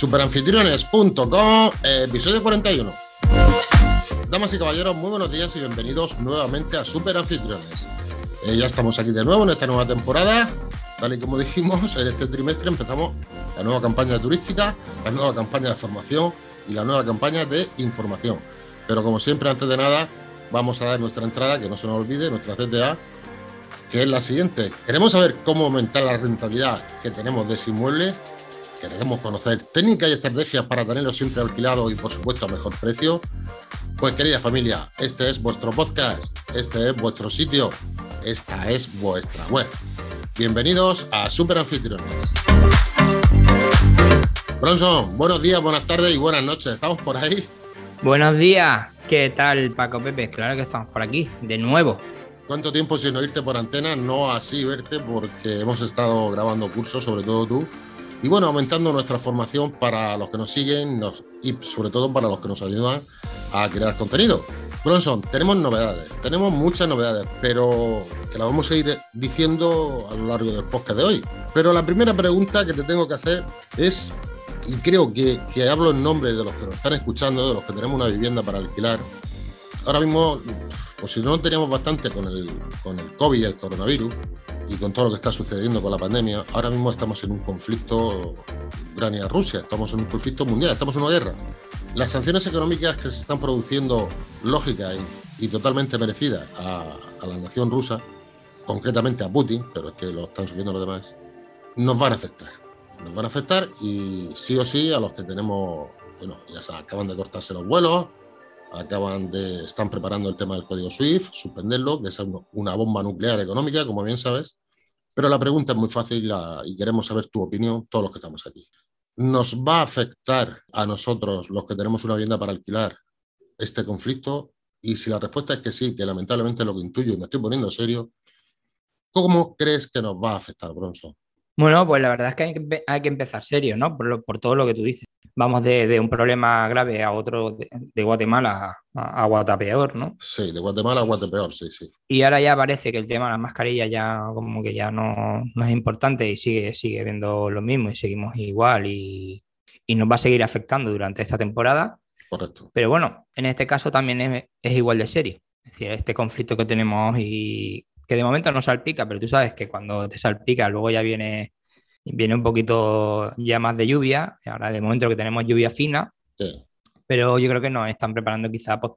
Superanfitriones.com, episodio 41. Damas y caballeros, muy buenos días y bienvenidos nuevamente a Superanfitriones. Ya estamos aquí de nuevo en esta nueva temporada. Tal y como dijimos, en este trimestre empezamos la nueva campaña turística, la nueva campaña de formación y la nueva campaña de información. Pero como siempre, antes de nada, vamos a dar nuestra entrada, que no se nos olvide, nuestra CTA, que es la siguiente. Queremos saber cómo aumentar la rentabilidad que tenemos de ese inmueble. Queremos conocer técnicas y estrategias para tenerlo siempre alquilado y, por supuesto, a mejor precio. Pues, querida familia, este es vuestro podcast, este es vuestro sitio, esta es vuestra web. Bienvenidos a Superanfitriones. Bronson, buenos días, buenas tardes y buenas noches. ¿Estamos por ahí? Buenos días. ¿Qué tal, Paco Pepe? Claro que estamos por aquí, de nuevo. ¿Cuánto tiempo sin oírte por antena? No así verte, porque hemos estado grabando cursos, sobre todo tú. Y bueno, aumentando nuestra formación para los que nos siguen y sobre todo para los que nos ayudan a crear contenido. Bronson, tenemos novedades, tenemos muchas novedades, pero que las vamos a ir diciendo a lo largo del podcast de hoy. Pero la primera pregunta que te tengo que hacer es, y creo que hablo en nombre de los que nos están escuchando, de los que tenemos una vivienda para alquilar. Ahora mismo, pues si no teníamos bastante con el COVID, el coronavirus, y con todo lo que está sucediendo con la pandemia, ahora mismo estamos en un conflicto Ucrania-Rusia, estamos en un conflicto mundial, estamos en una guerra. Las sanciones económicas que se están produciendo, lógicas y totalmente merecidas a la nación rusa, concretamente a Putin, pero es que lo están sufriendo los demás, nos van a afectar. Nos van a afectar y sí o sí a los que tenemos, bueno, ya se acaban de cortarse los vuelos, están preparando el tema del código SWIFT, suspenderlo, que es una bomba nuclear económica, como bien sabes. Pero la pregunta es muy fácil y queremos saber tu opinión, todos los que estamos aquí. ¿Nos va a afectar a nosotros, los que tenemos una vivienda para alquilar, este conflicto? Y si la respuesta es que sí, que lamentablemente es lo que intuyo y me estoy poniendo serio, ¿cómo crees que nos va a afectar, Bronson? Bueno, pues la verdad es que hay que empezar serio, ¿no? Por todo lo que tú dices. Vamos de un problema grave a otro, de Guatemala a Guatapeor, ¿no? Sí, de Guatemala a Guatepeor, sí. Y ahora ya parece que el tema de las mascarillas ya como que ya no es importante y sigue viendo lo mismo y seguimos igual y nos va a seguir afectando durante esta temporada. Correcto. Pero bueno, en este caso también es igual de serio. Es decir, este conflicto que tenemos y que de momento no salpica, pero tú sabes que cuando te salpica luego ya viene un poquito ya más de lluvia. Ahora de momento que tenemos lluvia fina, Sí. pero yo creo que nos están preparando quizá pues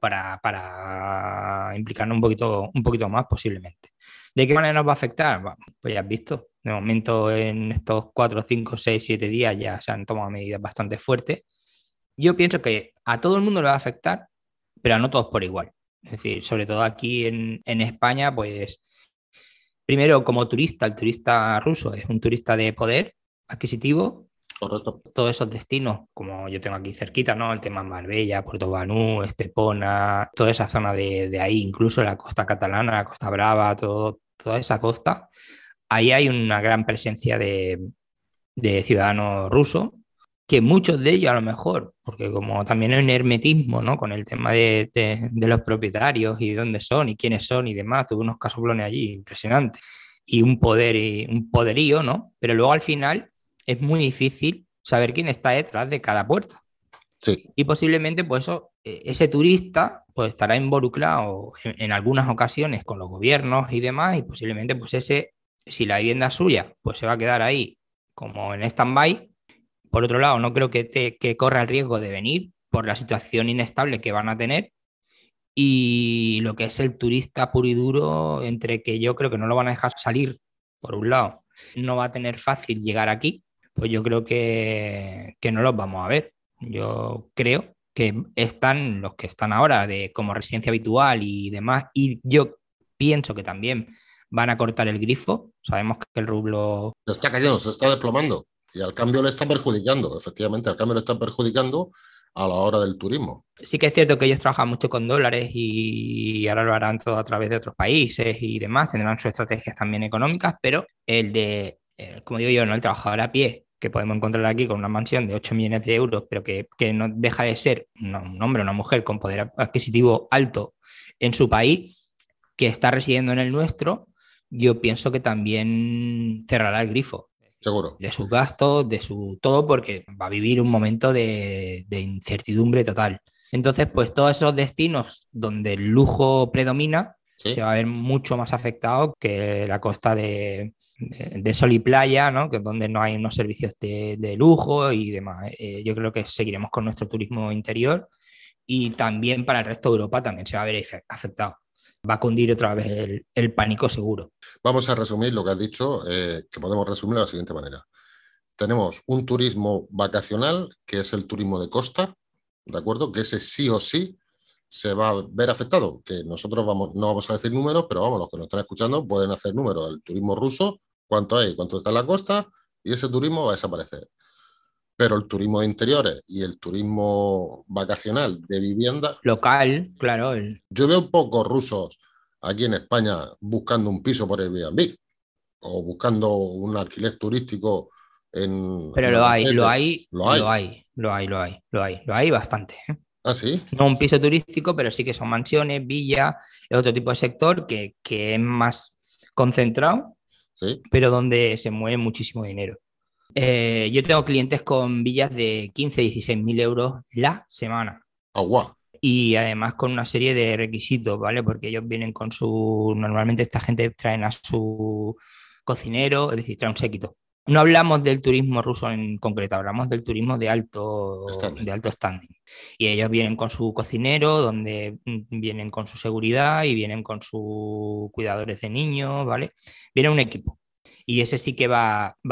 para implicarnos un poquito más posiblemente. ¿De qué manera nos va a afectar? Bueno, pues ya has visto, de momento en estos 4, 5, 6, 7 días ya se han tomado medidas bastante fuertes. Yo pienso que a todo el mundo le va a afectar, pero a no todos por igual. Es decir, sobre todo aquí en España, pues primero como turista, el turista ruso es un turista de poder adquisitivo. Correcto. Todos esos destinos, como yo tengo aquí cerquita, ¿no? El tema Marbella, Puerto Banú, Estepona, toda esa zona de ahí, incluso la costa catalana, la Costa Brava, toda esa costa, ahí hay una gran presencia de ciudadanos rusos, que muchos de ellos a lo mejor, porque como también hay un hermetismo, ¿no? Con el tema de los propietarios y dónde son y quiénes son y demás, tuve unos casoplones allí impresionantes y un poderío, ¿no? Pero luego al final es muy difícil saber quién está detrás de cada puerta. Sí. Y posiblemente pues ese turista pues estará involucrado en algunas ocasiones con los gobiernos y demás y posiblemente pues si la vivienda es suya, pues se va a quedar ahí como en stand-by. Por otro lado, no creo que corra el riesgo de venir por la situación inestable que van a tener. Y lo que es el turista puro y duro, entre que yo creo que no lo van a dejar salir, por un lado, no va a tener fácil llegar aquí, pues yo creo que no los vamos a ver. Yo creo que están los que están ahora como residencia habitual y demás, y yo pienso que también van a cortar el grifo. Sabemos que el rublo Se está cayendo, se está desplomando y al cambio le está perjudicando, efectivamente, al cambio le está perjudicando a la hora del turismo. Sí que es cierto que ellos trabajan mucho con dólares y ahora lo harán todo a través de otros países y demás, tendrán sus estrategias también económicas, pero como digo yo, ¿no? El trabajador a pie que podemos encontrar aquí con una mansión de 8 millones de euros, pero que no deja de ser un hombre o una mujer con poder adquisitivo alto en su país, que está residiendo en el nuestro, yo pienso que también cerrará el grifo. seguro. de sus gastos, de su todo, porque va a vivir un momento de incertidumbre total. Entonces, pues todos esos destinos donde el lujo predomina se Sí. va a ver mucho más afectado que la costa de sol y playa, ¿no? Que es donde no hay unos servicios de lujo y demás. Yo creo que seguiremos con nuestro turismo interior y también para el resto de Europa también se va a ver afectado. Va a cundir otra vez el pánico seguro. Vamos a resumir lo que has dicho, que podemos resumir de la siguiente manera. Tenemos un turismo vacacional, que es el turismo de costa, ¿de acuerdo? Que ese sí o sí se va a ver afectado, que nosotros no vamos a decir números, pero vamos, los que nos están escuchando pueden hacer números. El turismo ruso, cuánto hay, cuánto está en la costa, y ese turismo va a desaparecer. Pero el turismo de interiores y el turismo vacacional de vivienda, Local, claro, yo veo pocos rusos aquí en España buscando un piso por Airbnb o buscando un alquiler turístico pero en lo hay, lo Albacete. hay, Lo lo hay. hay, lo hay, lo hay, lo hay, lo hay bastante, ¿eh? Ah, sí, No un piso turístico, pero sí que son mansiones, villas, es otro tipo de sector que es más concentrado, sí. pero donde se mueve muchísimo dinero. Yo tengo clientes con villas de 15, 16 mil euros la semana Agua. y además con una serie de requisitos, ¿vale? Porque ellos vienen con su, normalmente esta gente traen a su cocinero, es decir, trae un séquito. No hablamos del turismo ruso en concreto, hablamos del turismo Stanley. de alto standing. Y ellos vienen con su cocinero, donde vienen con su seguridad y vienen con sus cuidadores de niños, ¿vale? Viene un equipo. Y ese sí que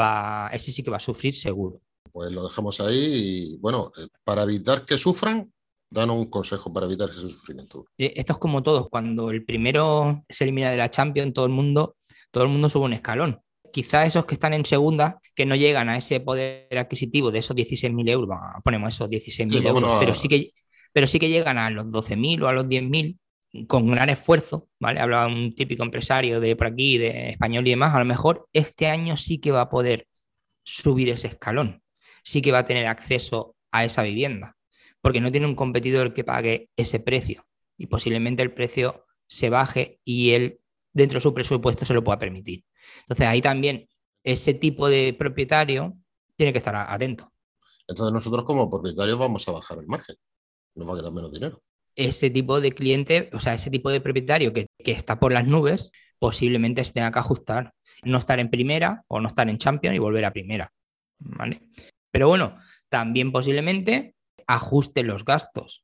ese sí que va a sufrir seguro. Pues lo dejamos ahí y bueno, para evitar que sufran, danos un consejo para evitar ese sufrimiento. Esto es como todos, cuando el primero se elimina de la Champions, todo el mundo sube un escalón. Quizás esos que están en segunda, que no llegan a ese poder adquisitivo de esos 16.000 euros, ponemos esos dieciséis Sí, mil vámonos euros, a... pero sí que llegan a los 12.000 o a los 10.000 con gran esfuerzo, ¿vale? Habla un típico empresario de por aquí, de español y demás, a lo mejor este año sí que va a poder subir ese escalón, sí que va a tener acceso a esa vivienda, porque no tiene un competidor que pague ese precio y posiblemente el precio se baje y él dentro de su presupuesto se lo pueda permitir. Entonces ahí también ese tipo de propietario tiene que estar atento. Entonces nosotros como propietarios vamos a bajar el margen. Nos va a quedar menos dinero. Ese tipo de cliente, o sea, ese tipo de propietario que está por las nubes, posiblemente se tenga que ajustar, no estar en primera o no estar en Champions y volver a primera, ¿vale? Pero bueno, también posiblemente ajuste los gastos,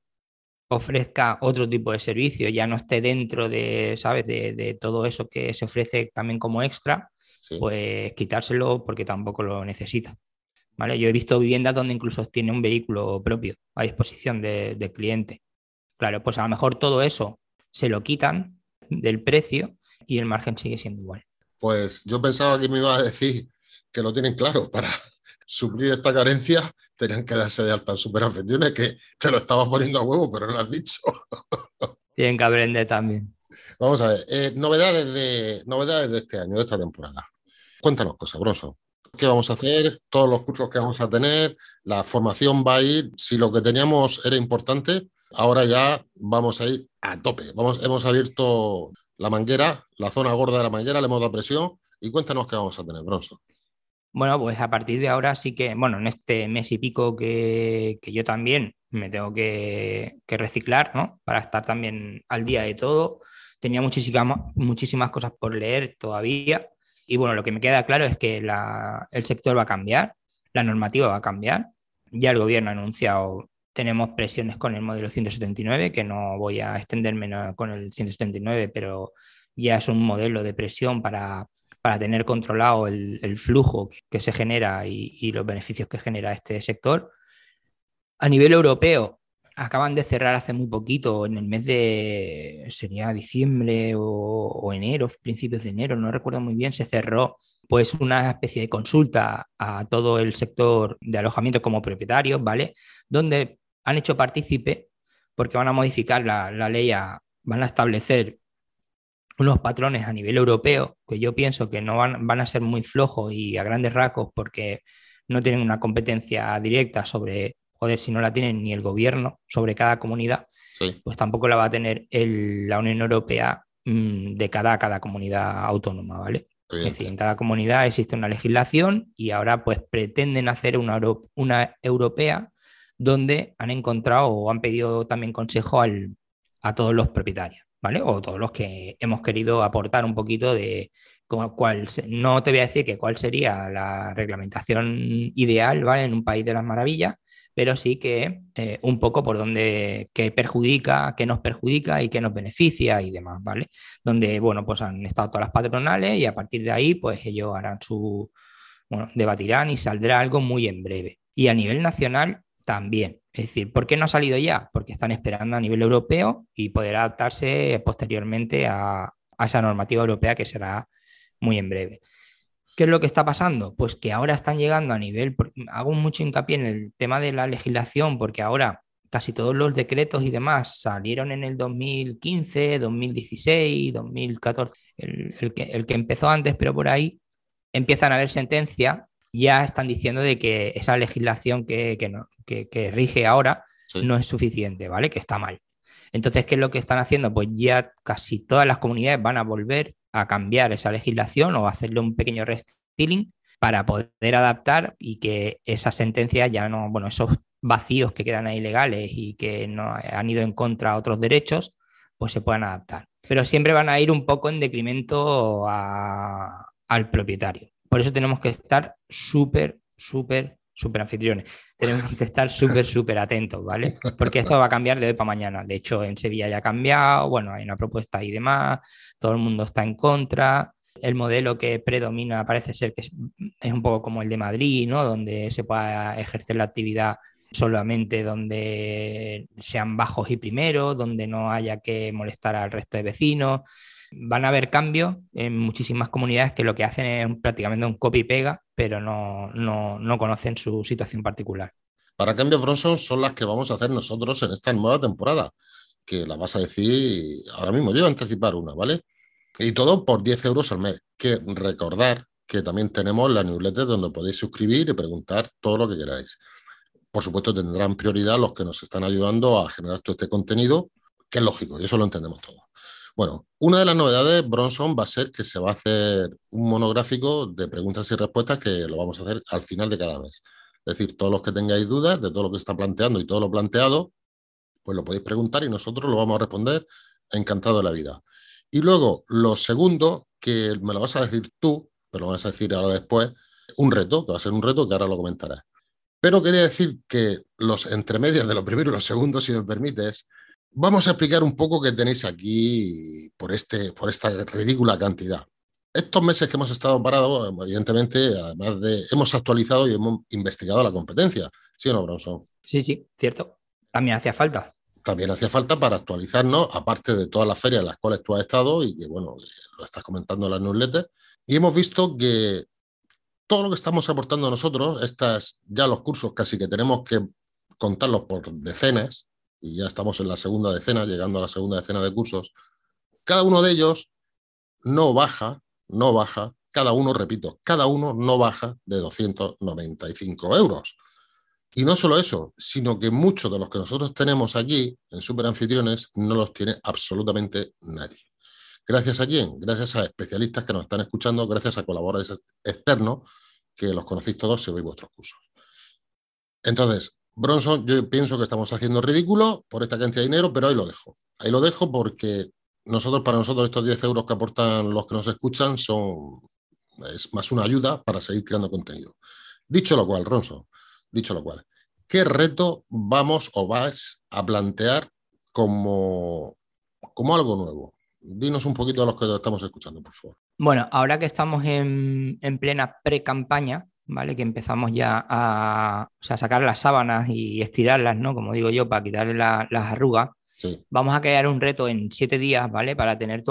ofrezca otro tipo de servicio, ya no esté dentro de, ¿sabes? De todo eso que se ofrece también como extra, Sí. pues quitárselo porque tampoco lo necesita, ¿vale? Yo he visto viviendas donde incluso tiene un vehículo propio a disposición del cliente. Claro, pues a lo mejor todo eso se lo quitan del precio y el margen sigue siendo igual. Pues yo pensaba que me iba a decir que lo tienen claro. Para suplir esta carencia tenían que darse de alta en superanfitriones, que te lo estaba poniendo a huevo, pero no lo has dicho. Tienen que aprender también. Vamos a ver, novedades de este año, de esta temporada. Cuéntanos cosas, Broso. ¿Qué vamos a hacer? Todos los cursos que vamos a tener, la formación va a ir, si lo que teníamos era importante, ahora ya vamos a ir a tope. Hemos abierto la manguera, la zona gorda de la manguera, le hemos dado presión y cuéntanos qué vamos a tener, Bronson. Bueno, pues a partir de ahora sí que, bueno, en este mes y pico que yo también me tengo que reciclar, ¿no? Para estar también al día de todo. Tenía muchísimas cosas por leer todavía. Y bueno, lo que me queda claro es que el sector va a cambiar, la normativa va a cambiar. Ya el gobierno ha anunciado, tenemos presiones con el modelo 179, que no voy a extenderme con el 179, pero ya es un modelo de presión para tener controlado el flujo que se genera y los beneficios que genera este sector. A nivel europeo, acaban de cerrar hace muy poquito, en el mes de, sería diciembre o enero, principios de enero, no recuerdo muy bien, se cerró pues una especie de consulta a todo el sector de alojamiento como propietarios, ¿vale? Donde han hecho partícipe, porque van a modificar la ley, van a establecer unos patrones a nivel europeo que yo pienso que no van a ser muy flojos y a grandes rasgos porque no tienen una competencia directa sobre, joder, si no la tienen ni el gobierno sobre cada comunidad, Sí. pues tampoco la va a tener la Unión Europea de cada comunidad autónoma, ¿vale? Es decir, en cada comunidad existe una legislación y ahora pues pretenden hacer una europea donde han encontrado o han pedido también consejo a todos los propietarios, ¿vale? O todos los que hemos querido aportar un poquito de no te voy a decir que cuál sería la reglamentación ideal, ¿vale? En un país de las maravillas, pero sí que un poco por dónde, qué perjudica, qué nos perjudica y qué nos beneficia y demás, ¿vale? Donde, bueno, pues han estado todas las patronales y a partir de ahí, pues ellos harán bueno, debatirán y saldrá algo muy en breve. Y a nivel nacional también. Es decir, ¿por qué no ha salido ya? Porque están esperando a nivel europeo y poder adaptarse posteriormente a esa normativa europea que será muy en breve. ¿Qué es lo que está pasando? Pues que ahora están llegando a nivel, hago mucho hincapié en el tema de la legislación, porque ahora casi todos los decretos y demás salieron en el 2015, 2016, 2014, el que empezó antes, pero por ahí empiezan a haber sentencias, ya están diciendo de que esa legislación que rige ahora Sí. no es suficiente, ¿vale? Que está mal. Entonces, ¿qué es lo que están haciendo? Pues ya casi todas las comunidades van a volver a cambiar esa legislación o hacerle un pequeño restyling para poder adaptar y que esas sentencias ya no, bueno, esos vacíos que quedan ahí legales y que no han ido en contra de otros derechos, pues se puedan adaptar. Pero siempre van a ir un poco en decremento al propietario. Por eso tenemos que estar súper anfitriones. Tenemos que estar súper atentos, ¿vale? Porque esto va a cambiar de hoy para mañana. De hecho, en Sevilla ya ha cambiado, bueno, hay una propuesta y demás, todo el mundo está en contra. El modelo que predomina parece ser que es un poco como el de Madrid, ¿no? Donde se pueda ejercer la actividad solamente donde sean bajos y primeros, donde no haya que molestar al resto de vecinos. Van a haber cambios en muchísimas comunidades que lo que hacen es prácticamente un copy y pega, pero no conocen su situación particular. Para cambios, Bronson, son las que vamos a hacer nosotros en esta nueva temporada, que la vas a decir ahora mismo. Yo voy a anticipar una, ¿vale? Y todo por 10 euros al mes. Que recordar que también tenemos la newsletter donde podéis suscribir y preguntar todo lo que queráis. Por supuesto, tendrán prioridad los que nos están ayudando a generar todo este contenido, que es lógico, y eso lo entendemos todos. Bueno, una de las novedades, Bronson, va a ser que se va a hacer un monográfico de preguntas y respuestas que lo vamos a hacer al final de cada mes. Es decir, todos los que tengáis dudas de todo lo que está planteando y todo lo planteado, pues lo podéis preguntar y nosotros lo vamos a responder encantado de la vida. Y luego, lo segundo, que me lo vas a decir tú, pero lo vas a decir ahora después, un reto, que va a ser un reto que ahora lo comentarás. Pero quería decir que los entremedios de lo primero y lo segundo, si me permites, vamos a explicar un poco qué tenéis aquí por esta ridícula cantidad. Estos meses que hemos estado parados, evidentemente, además hemos actualizado y hemos investigado la competencia. ¿Sí o no, Bronson? Sí, cierto. También hacía falta. También hacía falta para actualizarnos, aparte de todas las ferias en las cuales tú has estado y que, bueno, lo estás comentando en las newsletters. Y hemos visto que todo lo que estamos aportando nosotros, ya los cursos casi que tenemos que contarlos por decenas, y ya estamos en la segunda decena, llegando a la segunda decena de cursos, cada uno de ellos no baja, cada uno, repito, cada uno no baja de 295 euros. Y no solo eso, sino que muchos de los que nosotros tenemos aquí en Superanfitriones no los tiene absolutamente nadie. ¿Gracias a quién? Gracias a especialistas que nos están escuchando, gracias a colaboradores externos que los conocéis todos si veis vuestros cursos. Entonces, Bronson, yo pienso que estamos haciendo ridículo por esta cantidad de dinero, pero ahí lo dejo. Ahí lo dejo porque para nosotros estos 10 euros que aportan los que nos escuchan es más una ayuda para seguir creando contenido. Dicho lo cual, Bronson, ¿qué reto vamos o vais a plantear como algo nuevo? Dinos un poquito a los que lo estamos escuchando, por favor. Bueno, ahora que estamos en plena pre-campaña, ¿vale? Que empezamos ya a sacar las sábanas y estirarlas, ¿no? Como digo yo, para quitarle las arrugas. Sí. Vamos a crear un reto en 7 días, ¿vale? Para tener tu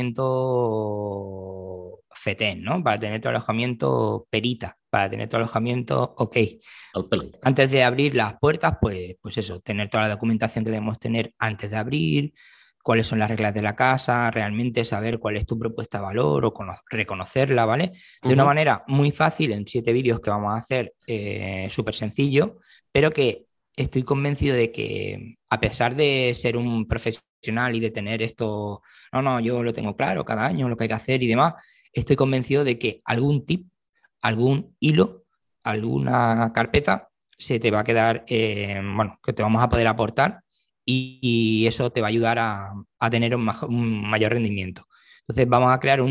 alojamiento FETEN, ¿no? Para tener tu alojamiento perita, para tener tu alojamiento OK. Al pelo. Antes de abrir las puertas, pues eso, tener toda la documentación que debemos tener antes de abrir, cuáles son las reglas de la casa, realmente saber cuál es tu propuesta de valor o reconocerla, ¿vale? De una manera muy fácil en 7 vídeos que vamos a hacer, súper sencillo, pero que estoy convencido de que a pesar de ser un profesional y de tener esto, yo lo tengo claro cada año, lo que hay que hacer y demás, estoy convencido de que algún tip, algún hilo, alguna carpeta se te va a quedar, bueno, que te vamos a poder aportar y eso te va a ayudar a tener un mayor rendimiento. Entonces vamos a crear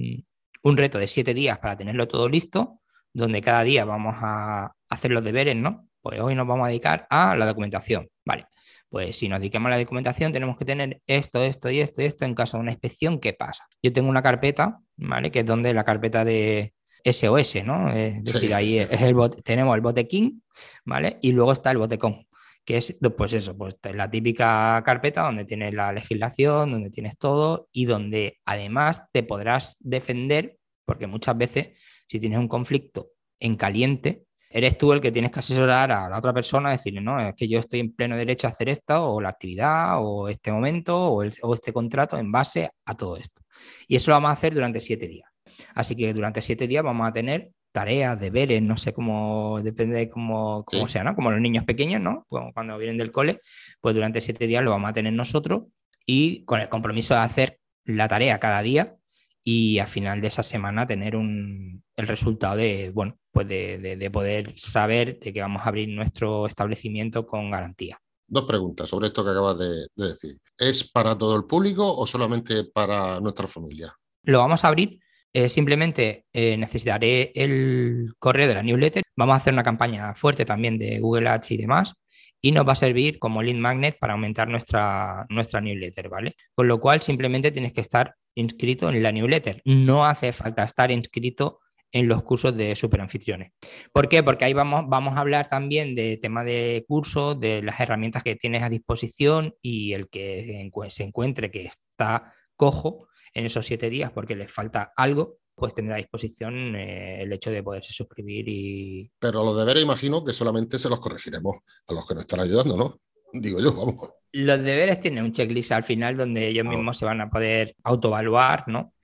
un reto de 7 días para tenerlo todo listo, donde cada día vamos a hacer los deberes, ¿no? Pues hoy nos vamos a dedicar a la documentación, ¿vale? Pues si nos dedicamos a la documentación tenemos que tener esto, esto y esto y esto en caso de una inspección, ¿qué pasa? Yo tengo una carpeta, ¿vale? Que es donde la carpeta de SOS, ¿no? Es decir, Sí. ahí tenemos el botequín, ¿vale? Y luego está el botecón, que es, pues eso, pues la típica carpeta donde tienes la legislación, donde tienes todo y donde además te podrás defender, porque muchas veces si tienes un conflicto en caliente, eres tú el que tienes que asesorar a la otra persona, decirle, no, es que yo estoy en pleno derecho a hacer esto, o la actividad, o este momento, o este contrato en base a todo esto. Y eso lo vamos a hacer durante 7 días. Así que durante 7 días vamos a tener tareas, deberes, no sé cómo, depende de cómo Sí. sea, ¿no? Como los niños pequeños, ¿no? Cuando vienen del cole, pues durante 7 días lo vamos a tener nosotros y con el compromiso de hacer la tarea cada día y al final de esa semana tener el resultado de, bueno, pues de poder saber de que vamos a abrir nuestro establecimiento con garantía. 2 preguntas sobre esto que acabas de decir. ¿Es para todo el público o solamente para nuestra familia? Lo vamos a abrir. Simplemente necesitaré el correo de la newsletter. Vamos a hacer una campaña fuerte también de Google Ads y demás. Y nos va a servir como lead magnet para aumentar nuestra newsletter, ¿vale? Con lo cual simplemente tienes que estar inscrito en la newsletter. No hace falta estar inscrito en los cursos de superanfitriones. ¿Por qué? Porque ahí vamos a hablar también de tema de cursos, de las herramientas que tienes a disposición y el que se encuentre que está cojo en esos 7 días porque les falta algo, pues tendrá a disposición el hecho de poderse suscribir y... Pero los deberes imagino que solamente se los corregiremos a los que nos están ayudando, ¿no? Digo yo, vamos. Los deberes tienen un checklist al final donde ellos Vamos. mismos se van a poder autoevaluar, ¿no?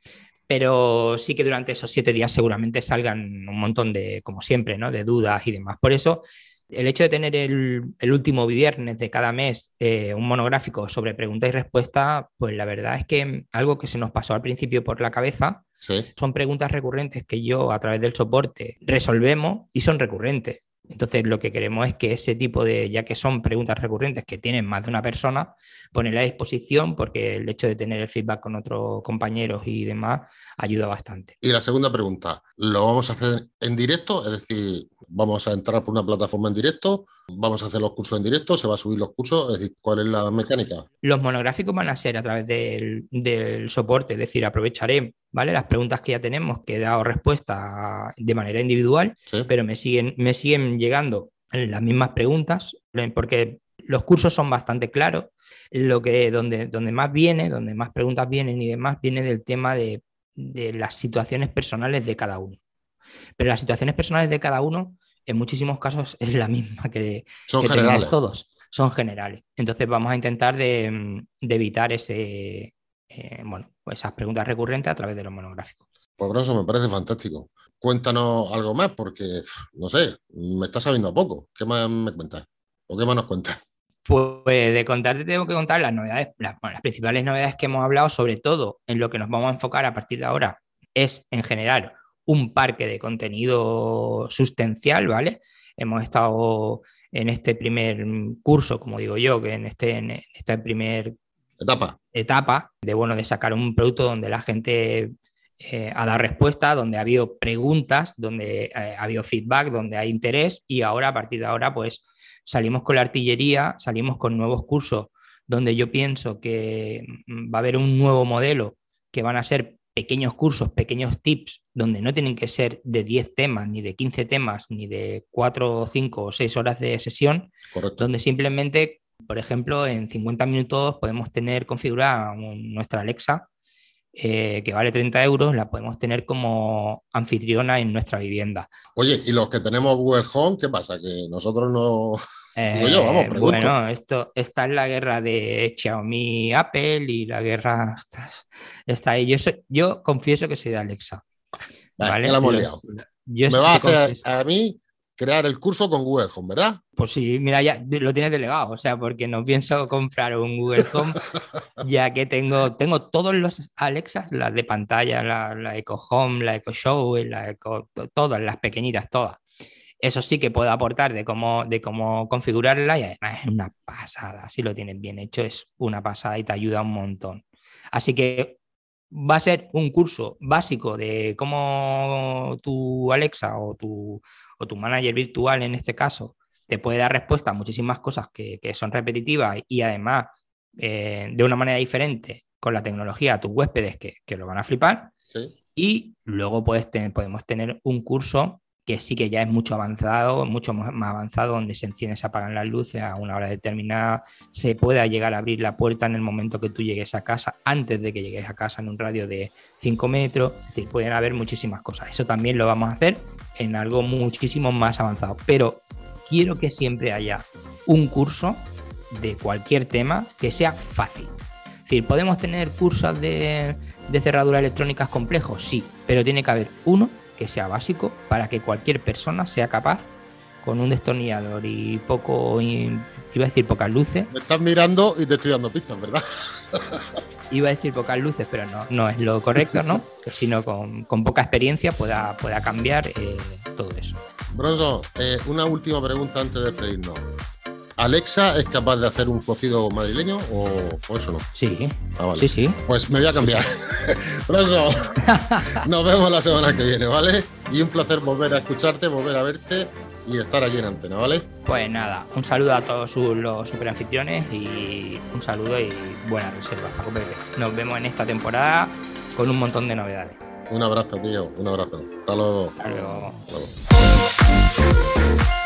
Pero sí que durante esos 7 días seguramente salgan un montón de, como siempre, ¿no? De dudas y demás. Por eso, el hecho de tener el último viernes de cada mes un monográfico sobre preguntas y respuestas, pues la verdad es que algo que se nos pasó al principio por la cabeza Sí. son preguntas recurrentes que yo a través del soporte resolvemos y son recurrentes. Entonces lo que queremos es que ese tipo de, ya que son preguntas recurrentes que tienen más de una persona, ponerla a disposición porque el hecho de tener el feedback con otros compañeros y demás ayuda bastante. Y la segunda pregunta, ¿lo vamos a hacer en directo? Es decir, ¿vamos a entrar por una plataforma en directo? ¿Vamos a hacer los cursos en directo? ¿Se va a subir los cursos? Es decir, ¿cuál es la mecánica? Los monográficos van a ser a través del soporte, es decir, aprovecharé, ¿vale? Las preguntas que ya tenemos, que he dado respuesta de manera individual, Sí. pero me siguen llegando las mismas preguntas, porque los cursos son bastante claros. Donde más viene, donde más preguntas vienen y demás, viene del tema de las situaciones personales de cada uno. Pero las situaciones personales de cada uno, en muchísimos casos, es la misma que Son tenemos generales. todos, son generales. Entonces vamos a intentar de evitar bueno, pues esas preguntas recurrentes a través de los monográficos. Pues Bronson, me parece fantástico. Cuéntanos algo más porque, no sé, me está sabiendo a poco. ¿Qué más me cuentas? ¿O qué más nos cuentas? Pues de contarte tengo que contar las novedades, las principales novedades que hemos hablado, sobre todo en lo que nos vamos a enfocar a partir de ahora, es en general un parque de contenido sustancial, ¿vale? Hemos estado en este primer curso, como digo yo, que en esta primer etapa de, bueno, de sacar un producto donde la gente ha dado respuesta, donde ha habido preguntas, donde ha habido feedback, donde hay interés y ahora, a partir de ahora, pues salimos con la artillería, salimos con nuevos cursos donde yo pienso que va a haber un nuevo modelo que van a ser pequeños cursos, pequeños tips, donde no tienen que ser de 10 temas, ni de 15 temas, ni de 4, 5 o 6 horas de sesión, Correcto. donde simplemente, por ejemplo, en 50 minutos podemos tener configurada nuestra Alexa, que vale 30 euros, la podemos tener como anfitriona en nuestra vivienda. Oye, ¿y los que tenemos Google Home, qué pasa? Que nosotros no... Digo yo, vamos, pregunto. Bueno, esta es la guerra de Xiaomi, Apple y la guerra está ahí. Yo confieso que soy de Alexa. Ya ¿Vale? la hemos liado. Yo Me va a hacer confieso. a mí crear el curso con Google Home, ¿verdad? Pues sí, mira, ya lo tienes delegado, o sea, porque no pienso comprar un Google Home, ya que tengo todos los Alexas, las de pantalla, la Echo Home, la Echo Show, todas, las pequeñitas, todas. Eso sí que puedo aportar de cómo configurarla y además es una pasada. Si lo tienes bien hecho, es una pasada y te ayuda un montón. Así que va a ser un curso básico de cómo tu Alexa o tu manager virtual en este caso te puede dar respuesta a muchísimas cosas que son repetitivas y además de una manera diferente con la tecnología a tus huéspedes que lo van a flipar. Sí. Y luego podemos tener un curso que sí que ya es mucho avanzado, mucho más avanzado, donde se encienden, se apagan las luces a una hora determinada, se pueda llegar a abrir la puerta en el momento que tú llegues a casa, antes de que llegues a casa en un radio de 5 metros, es decir, pueden haber muchísimas cosas. Eso también lo vamos a hacer en algo muchísimo más avanzado, pero quiero que siempre haya un curso de cualquier tema que sea fácil. Es decir, ¿podemos tener cursos de cerraduras electrónicas complejos? Sí, pero tiene que haber uno que sea básico para que cualquier persona sea capaz, con un destornillador y iba a decir pocas luces. Me estás mirando y te estoy dando pistas, ¿verdad? Iba a decir pocas luces, pero no es lo correcto, ¿no? Sino con poca experiencia pueda cambiar todo eso. Bronzo, una última pregunta antes de despedirnos. ¿Alexa es capaz de hacer un cocido madrileño o eso no? Sí. Ah, vale. Sí. Pues me voy a cambiar. Bronzo, nos vemos la semana que viene, ¿vale? Y un placer volver a escucharte, volver a verte y estar allí en antena, ¿vale? Pues nada, un saludo a todos los superanfitriones y un saludo y buenas reservas, Paco Pepe. Nos vemos en esta temporada con un montón de novedades. Un abrazo, tío, un abrazo. Hasta luego. Hasta luego. Hasta luego.